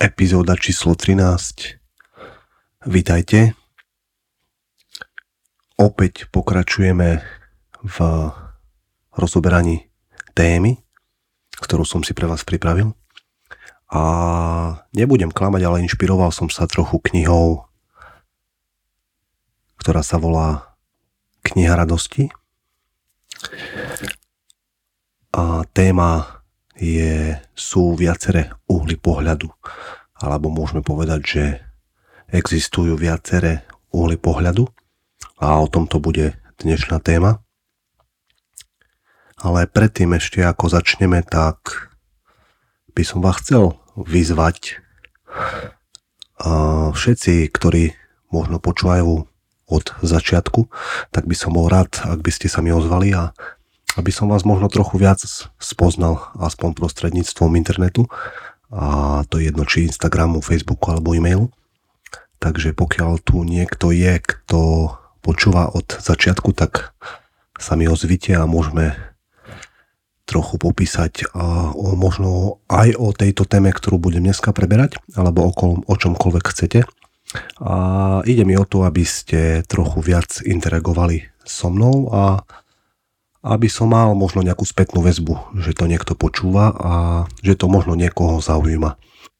epizóda číslo 13. Vítajte. Opäť pokračujeme v rozoberaní témy, ktorú som si pre vás pripravil. A nebudem klamať, ale inšpiroval som sa trochu knihou, ktorá sa volá Kniha radosti. A téma sú viaceré uhly pohľadu. Alebo môžeme povedať, že existujú viaceré uhly pohľadu. A o tomto bude dnešná téma. Ale predtým ešte ako začneme, tak by som vás chcel vyzvať. Všetci, ktorí možno počúvajú od začiatku, tak by som bol rád, ak by ste sa mi ozvali a aby som vás možno trochu viac spoznal, aspoň prostredníctvom internetu. A to je jedno, či Instagramu, Facebooku alebo e-mailu. Takže pokiaľ tu niekto je, kto počúva od začiatku, tak sa mi ozvite a môžeme trochu popísať možno aj o tejto téme, ktorú budem dneska preberať, alebo o čomkoľvek chcete. A ide mi o to, aby ste trochu viac interagovali so mnou a aby som mal možno nejakú spätnú väzbu, že to niekto počúva a že to možno niekoho zaujíma.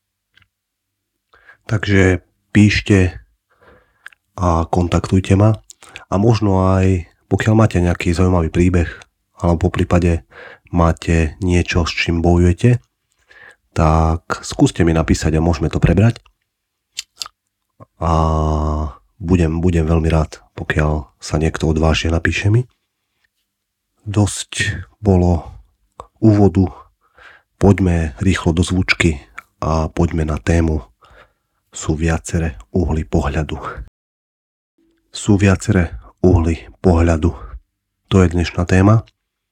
Takže píšte a kontaktujte ma a možno aj pokiaľ máte nejaký zaujímavý príbeh alebo po prípade máte niečo, s čím bojujete, tak skúste mi napísať a môžeme to prebrať. A budem veľmi rád, pokiaľ sa niekto odváži a napíše mi. Dosť bolo úvodu, poďme rýchlo do zvučky a poďme na tému. Sú viaceré uhly pohľadu. Sú viaceré uhly pohľadu. To je dnešná téma.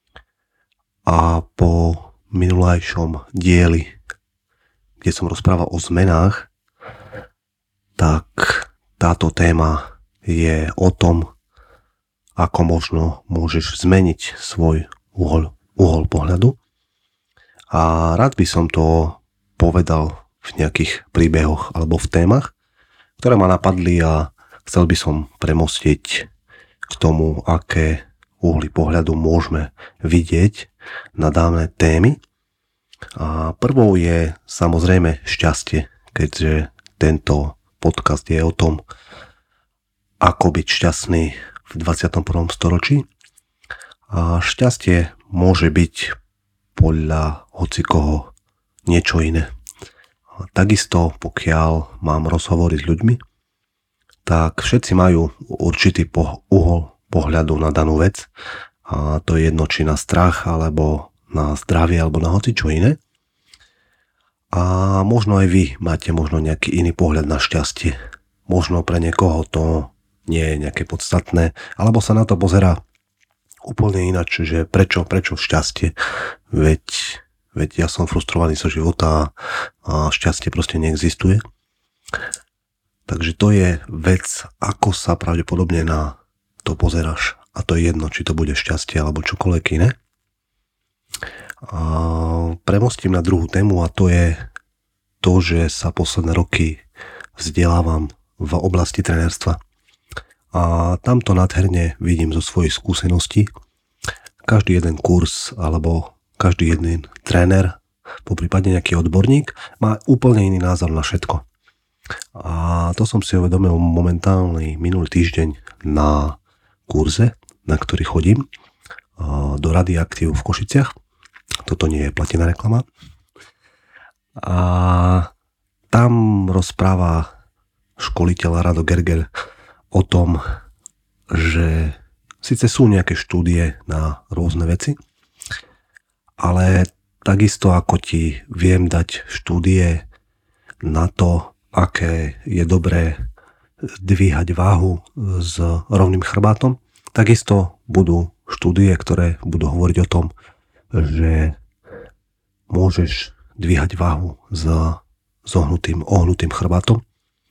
A po minulajšom dieli, kde som rozprával o zmenách, tak táto téma je o tom, ako možno môžeš zmeniť svoj uhol pohľadu. A rád by som to povedal v nejakých príbehoch alebo v témach, ktoré ma napadli a chcel by som premostiť k tomu, aké uhly pohľadu môžeme vidieť na dané témy. A prvou je samozrejme šťastie, keďže tento podcast je o tom, ako byť šťastný v 21. storočí. A šťastie môže byť podľa hocikoho niečo iné. A takisto, pokiaľ mám rozhovory s ľuďmi, tak všetci majú určitý uhol pohľadu na danú vec. A to je jedno, či na strach, alebo na zdravie, alebo na hocičo iné. A možno aj vy máte možno nejaký iný pohľad na šťastie. Možno pre niekoho to nie je nejaké podstatné, alebo sa na to pozerá úplne ináč, že prečo šťastie, veď ja som frustrovaný zo života a šťastie proste neexistuje. Takže to je vec, ako sa pravdepodobne na to pozeráš, a to je jedno, či to bude šťastie alebo čokoľvek iné. A premostím na druhú tému, a to je to, že sa posledné roky vzdelávam v oblasti trenérstva. A tamto nádherne vidím zo svojich skúseností. Každý jeden kurz alebo každý jeden tréner, poprípade nejaký odborník, má úplne iný názor na všetko. A to som si uvedomil momentálny minulý týždeň na kurze, na ktorý chodím do Radioaktív v Košiciach. Toto nie je platená reklama. A tam rozpráva školiteľ Rado Gergel o tom, že síce sú nejaké štúdie na rôzne veci, ale takisto ako ti viem dať štúdie na to, aké je dobré dvíhať váhu s rovným chrbátom, takisto budú štúdie, ktoré budú hovoriť o tom, že môžeš dvíhať váhu s ohnutým chrbátom.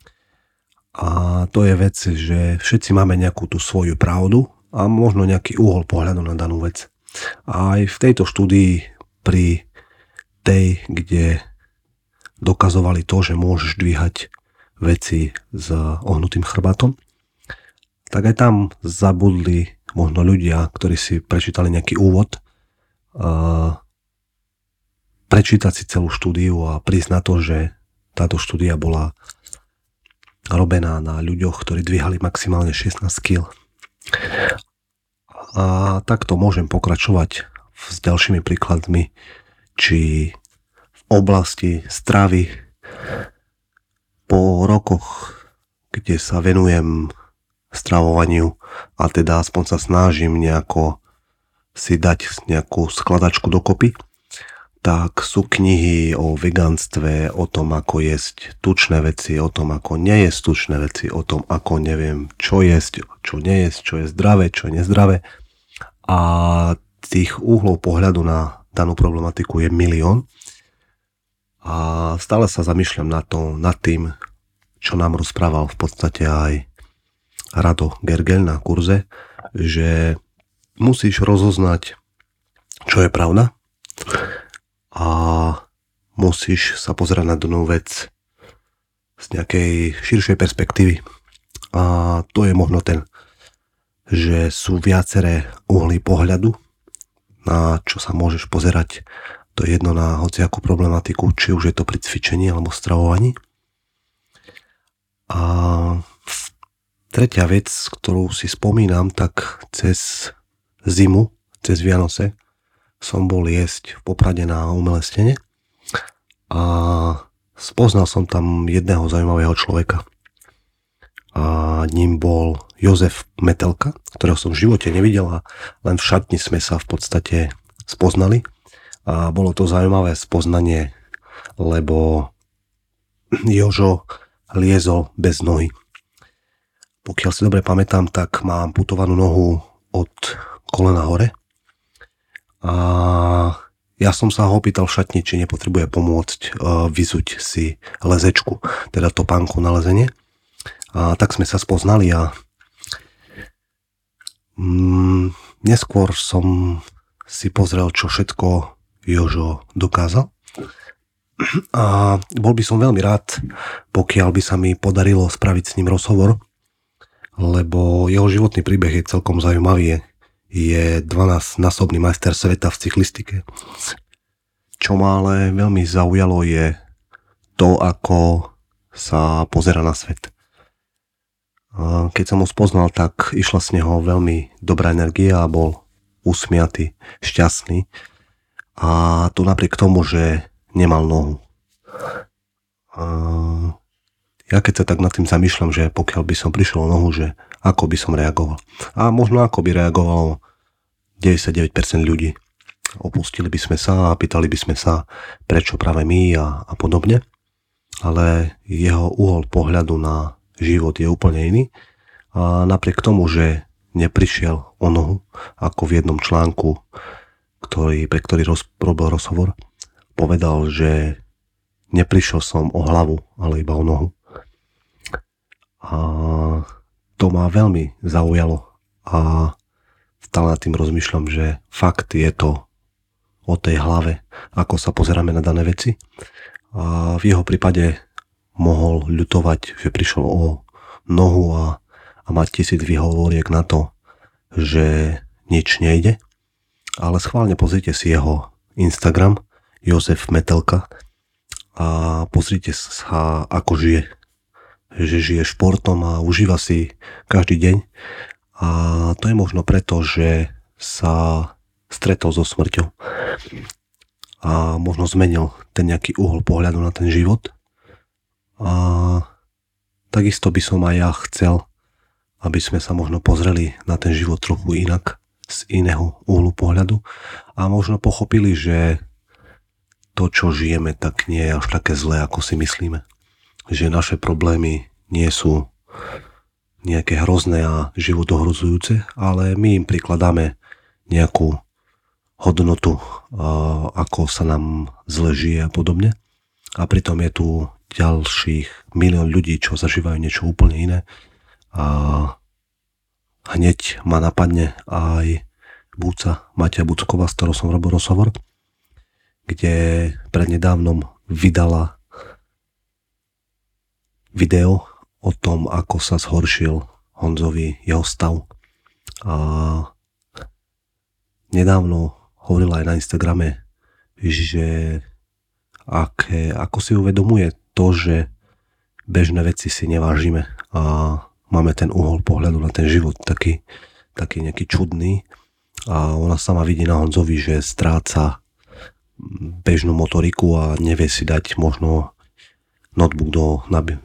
A to je vec, že všetci máme nejakú tú svoju pravdu a možno nejaký uhol pohľadu na danú vec. A aj v tejto štúdii pri tej, kde dokazovali to, že môžeš dvíhať veci s ohnutým chrbátom, tak aj tam zabudli možno ľudia, ktorí si prečítali nejaký úvod, prečítať si celú štúdiu a prísť na to, že táto štúdia bola robená na ľuďoch, ktorí dvíhali maximálne 16 kg. A takto môžem pokračovať s ďalšími príkladmi, či v oblasti stravy po rokoch, kde sa venujem stravovaniu a teda aspoň sa snažím nejako si dať nejakú skladačku dokopy, tak sú knihy o vegánstve, o tom, ako jesť tučné veci, o tom, ako nejesť tučné veci, o tom, ako neviem, čo jesť, čo nejesť, čo je zdravé, čo je nezdravé. A tých úhlov pohľadu na danú problematiku je milión. A stále sa zamýšľam nad tým, čo nám rozprával v podstate aj Rado Gergel na kurze, že musíš rozoznať, čo je pravda, a musíš sa pozerať na danú vec z nejakej širšej perspektívy. A to je možno že sú viaceré uhly pohľadu, na čo sa môžeš pozerať. To je jedno na hociakú problematiku, či už je to pri cvičení alebo stravovaní. A tretia vec, ktorú si spomínam, tak cez zimu, cez Vianoce, som bol jesť v Poprade na Umelej stene a spoznal som tam jedného zaujímavého človeka. A ním bol Jozef Metelka, ktorého som v živote nevidel a len v šatni sme sa v podstate spoznali. A bolo to zaujímavé spoznanie, lebo Jožo liezol bez nohy. Pokiaľ si dobre pamätám, tak má amputovanú nohu od kolena hore. A ja som sa ho opýtal v šatni, či nepotrebuje pomôcť vyzuť si lezečku, teda topánku na lezenie. A tak sme sa spoznali a neskôr som si pozrel, čo všetko Jožo dokázal. A bol by som veľmi rád, pokiaľ by sa mi podarilo spraviť s ním rozhovor, lebo jeho životný príbeh je celkom zaujímavý. Je 12-násobný majster sveta v cyklistike. Čo ma ale veľmi zaujalo je to, ako sa pozerá na svet. Keď som ho spoznal, tak išla z neho veľmi dobrá energia a bol usmiatý, šťastný. A to napriek tomu, že nemal nohu. Ja keď sa tak nad tým zamýšľam, že pokiaľ by som prišiel o nohu, že ako by som reagoval. A možno ako by reagovalo 99% ľudí. Opustili by sme sa a pýtali by sme sa, prečo práve my a podobne. Ale jeho uhol pohľadu na život je úplne iný. A napriek tomu, že neprišiel o nohu, ako v jednom článku, pre ktorý robil rozhovor, povedal, že neprišiel som o hlavu, ale iba o nohu. A to ma veľmi zaujalo a stále nad tým rozmýšľam, že fakt je to o tej hlave, ako sa pozeráme na dané veci. A v jeho prípade mohol ľutovať, že prišiel o nohu a mať 1000 výhovoriek na to, že nič nejde. Ale schválne pozrite si jeho Instagram Jozef Metelka a pozrite sa, ako žije. Že žije športom a užíva si každý deň. A to je možno preto, že sa stretol so smrťou. A možno zmenil ten nejaký uhol pohľadu na ten život. A takisto by som aj ja chcel, aby sme sa možno pozreli na ten život trochu inak, z iného uhlu pohľadu. A možno pochopili, že to, čo žijeme, tak nie je až také zlé, ako si myslíme. Že naše problémy nie sú nejaké hrozné a životohrozujúce, ale my im prikladáme nejakú hodnotu, ako sa nám zle žije a podobne. A pritom je tu ďalších milión ľudí, čo zažívajú niečo úplne iné. A hneď ma napadne aj Maťa Bucková, s ktorou som robil rozhovor, kde prednedávnom vydala video o tom, ako sa zhoršil Honzovi jeho stav. A nedávno hovorila aj na Instagrame, že ako si uvedomuje to, že bežné veci si nevážime a máme ten uhol pohľadu na ten život taký nejaký čudný a ona sama vidí na Honzovi, že stráca bežnú motoriku a nevie si dať možno notebook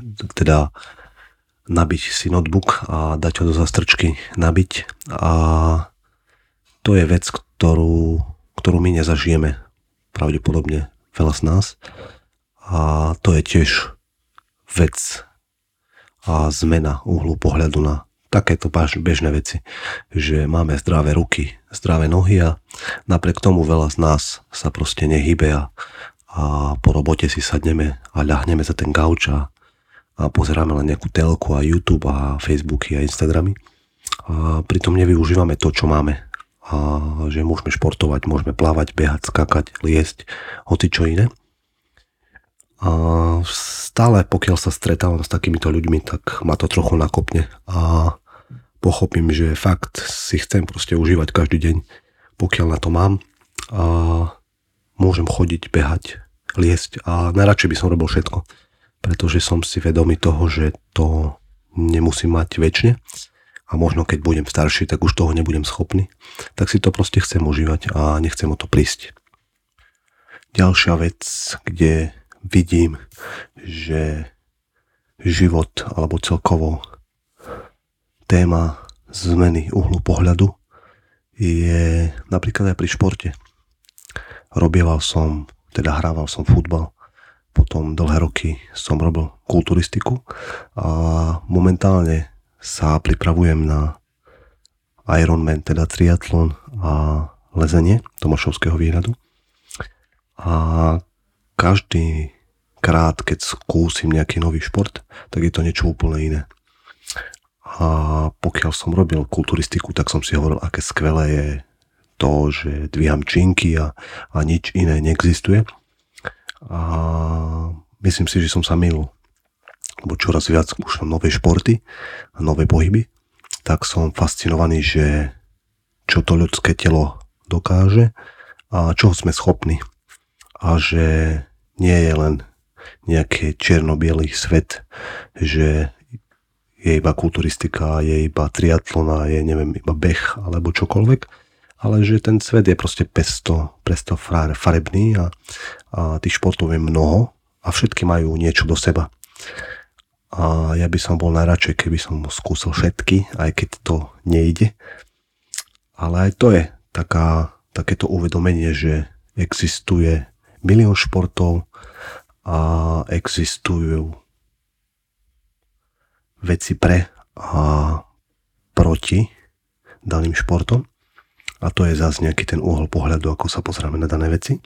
nabiť si notebook a dať ho do zastrčky nabiť a to je vec, ktorú my nezažijeme pravdepodobne veľa z nás a to je tiež vec a zmena uhlu pohľadu na takéto bežné veci, že máme zdravé ruky, zdravé nohy a napriek tomu veľa z nás sa proste nehybe a po robote si sadneme a ľahneme za ten gauč a pozeráme len nejakú telku a YouTube a Facebooky a Instagramy a pritom nevyužívame to, čo máme a že môžeme športovať, môžeme plávať, behať, skakať, liesť, hoci čo iné. A stále pokiaľ sa stretávam s takýmito ľuďmi, tak ma to trochu nakopne a pochopím, že fakt si chcem proste užívať každý deň, pokiaľ na to mám a môžem chodiť, behať, liesť a najradšej by som robil všetko, pretože som si vedomý toho, že to nemusím mať večne a možno keď budem starší, tak už toho nebudem schopný, tak si to proste chcem užívať a nechcem o to prísť. Ďalšia vec, kde vidím, že život alebo celkovo téma zmeny uhlu pohľadu je napríklad aj pri športe. Hrával som futbal, potom dlhé roky som robil kulturistiku a momentálne sa pripravujem na Ironman, teda triatlon a lezenie Tomášovského výhradu. A každý krát, keď skúsim nejaký nový šport, tak je to niečo úplne iné. A pokiaľ som robil kulturistiku, tak som si hovoril, aké skvelé je to, že dvíham činky a nič iné neexistuje. A myslím si, že som sa mýlil, lebo čoraz viac skúšam nové športy a nové pohyby, tak som fascinovaný, že čo to ľudské telo dokáže a čoho sme schopní. A že nie je len nejaký čierno-bielý svet, že je iba kulturistika, je iba triatlon a je iba beh alebo čokoľvek, ale že ten svet je proste pesto farebný a tých športov je mnoho a všetky majú niečo do seba. A ja by som bol najradšej, keby som skúsil všetky, aj keď to nejde. Ale aj to je takéto uvedomenie, že existuje milión športov a existujú veci pre a proti daným športom a to je zase nejaký ten uhol pohľadu, ako sa pozrieme na dané veci.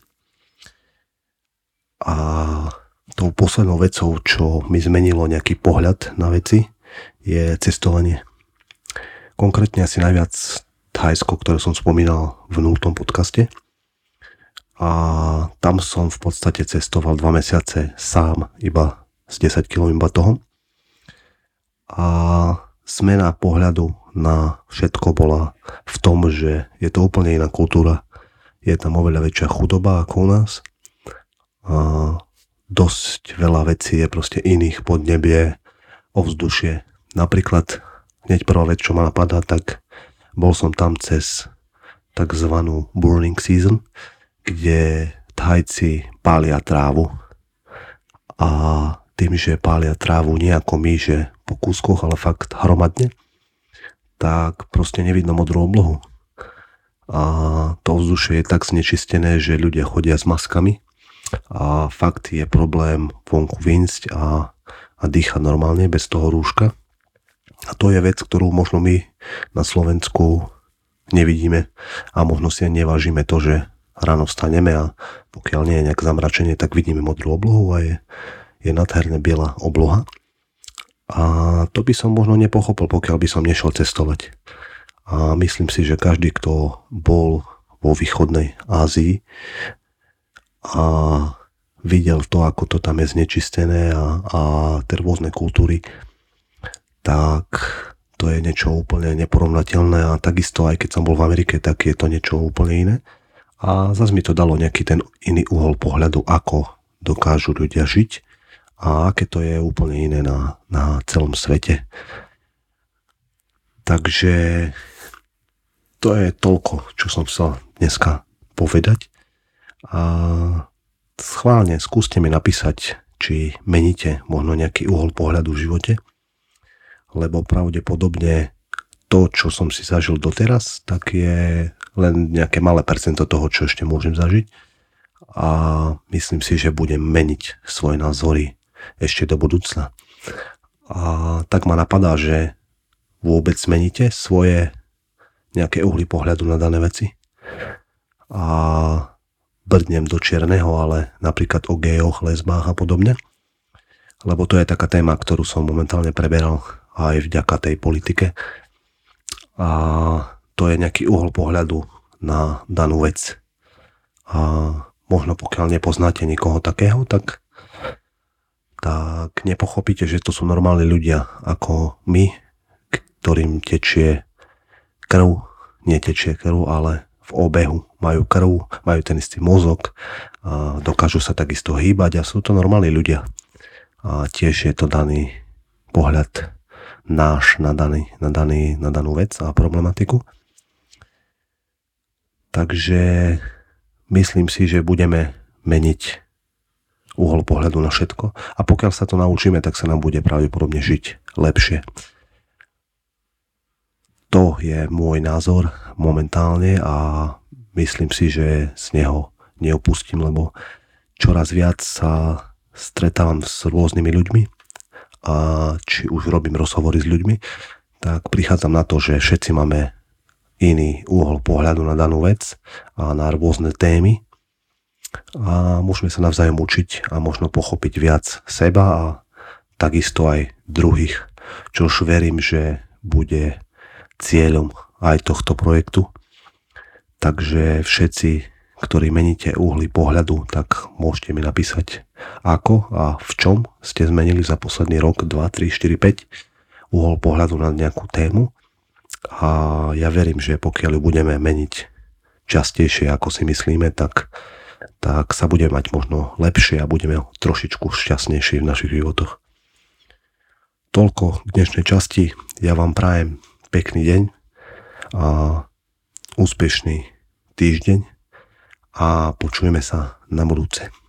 A tou poslednou vecou, čo mi zmenilo nejaký pohľad na veci, je cestovanie. Konkrétne asi najviac Thajsko, ktoré som spomínal v 0. podcaste. A tam som v podstate cestoval 2 mesiace sám, iba s 10 kg batohom. A zmena pohľadu na všetko bola v tom, že je to úplne iná kultúra. Je tam oveľa väčšia chudoba ako u nás. A dosť veľa vecí je proste iných, podnebie, ovzdušie. Napríklad, hneď prvá vec, čo ma napadá, tak bol som tam cez takzvanú burning season, kde Thajci pália trávu a tým, že pália trávu nie ako my, že po kúskoch, ale fakt hromadne, tak proste nevidno modrú oblohu. A to vzdušie je tak znečistené, že ľudia chodia s maskami a fakt je problém vonku vynsť a dýchať normálne bez toho rúška. A to je vec, ktorú možno my na Slovensku nevidíme a možno si nevážime to, že ráno vstaneme a pokiaľ nie je nejak zamračenie, tak vidíme modrú oblohu a je nádherne biela obloha. A to by som možno nepochopil, pokiaľ by som nešiel cestovať. A myslím si, že každý, kto bol vo východnej Ázii a videl to, ako to tam je znečistené a tie rôzne kultúry, tak to je niečo úplne neporovnateľné a takisto aj keď som bol v Amerike, tak je to niečo úplne iné. A zase mi to dalo nejaký ten iný uhol pohľadu, ako dokážu ľudia žiť a aké to je úplne iné na celom svete. Takže to je toľko, čo som chcel dneska povedať. A schválne skúste mi napísať, či meníte možno nejaký uhol pohľadu v živote, lebo pravdepodobne to, čo som si zažil doteraz, tak je len nejaké malé percento toho, čo ešte môžem zažiť a myslím si, že budem meniť svoje názory ešte do budúcna. A tak ma napadá, že vôbec zmeníte svoje nejaké uhly pohľadu na dané veci a brdnem do čierneho, ale napríklad o gejoch, lesbách a podobne, lebo to je taká téma, ktorú som momentálne preberal aj vďaka tej politike a to je nejaký uhol pohľadu na danú vec a možno pokiaľ nepoznáte nikoho takého, tak nepochopíte, že to sú normálni ľudia ako my, ktorým tečie krv, netečie krv, ale v obehu majú krv, majú ten istý mozog, a dokážu sa takisto hýbať a sú to normálni ľudia a tiež je to daný pohľad náš na danú vec a problematiku. Takže myslím si, že budeme meniť uhol pohľadu na všetko a pokiaľ sa to naučíme, tak sa nám bude pravdepodobne žiť lepšie. To je môj názor momentálne a myslím si, že z neho neopustím, lebo čoraz viac sa stretávam s rôznymi ľuďmi a či už robím rozhovory s ľuďmi, tak prichádzam na to, že všetci máme iný uhol pohľadu na danú vec a na rôzne témy a môžeme sa navzájom učiť a možno pochopiť viac seba a takisto aj druhých, čož verím, že bude cieľom aj tohto projektu. Takže všetci, ktorí meníte uhly pohľadu, tak môžete mi napísať ako a v čom ste zmenili za posledný rok, 2, 3, 4, 5 uhol pohľadu na nejakú tému a ja verím, že pokiaľ ju budeme meniť častejšie ako si myslíme, tak sa budeme mať možno lepšie a budeme trošičku šťastnejší v našich životoch. Toľko k dnešnej časti, ja vám prajem pekný deň a úspešný týždeň a počujeme sa na budúce.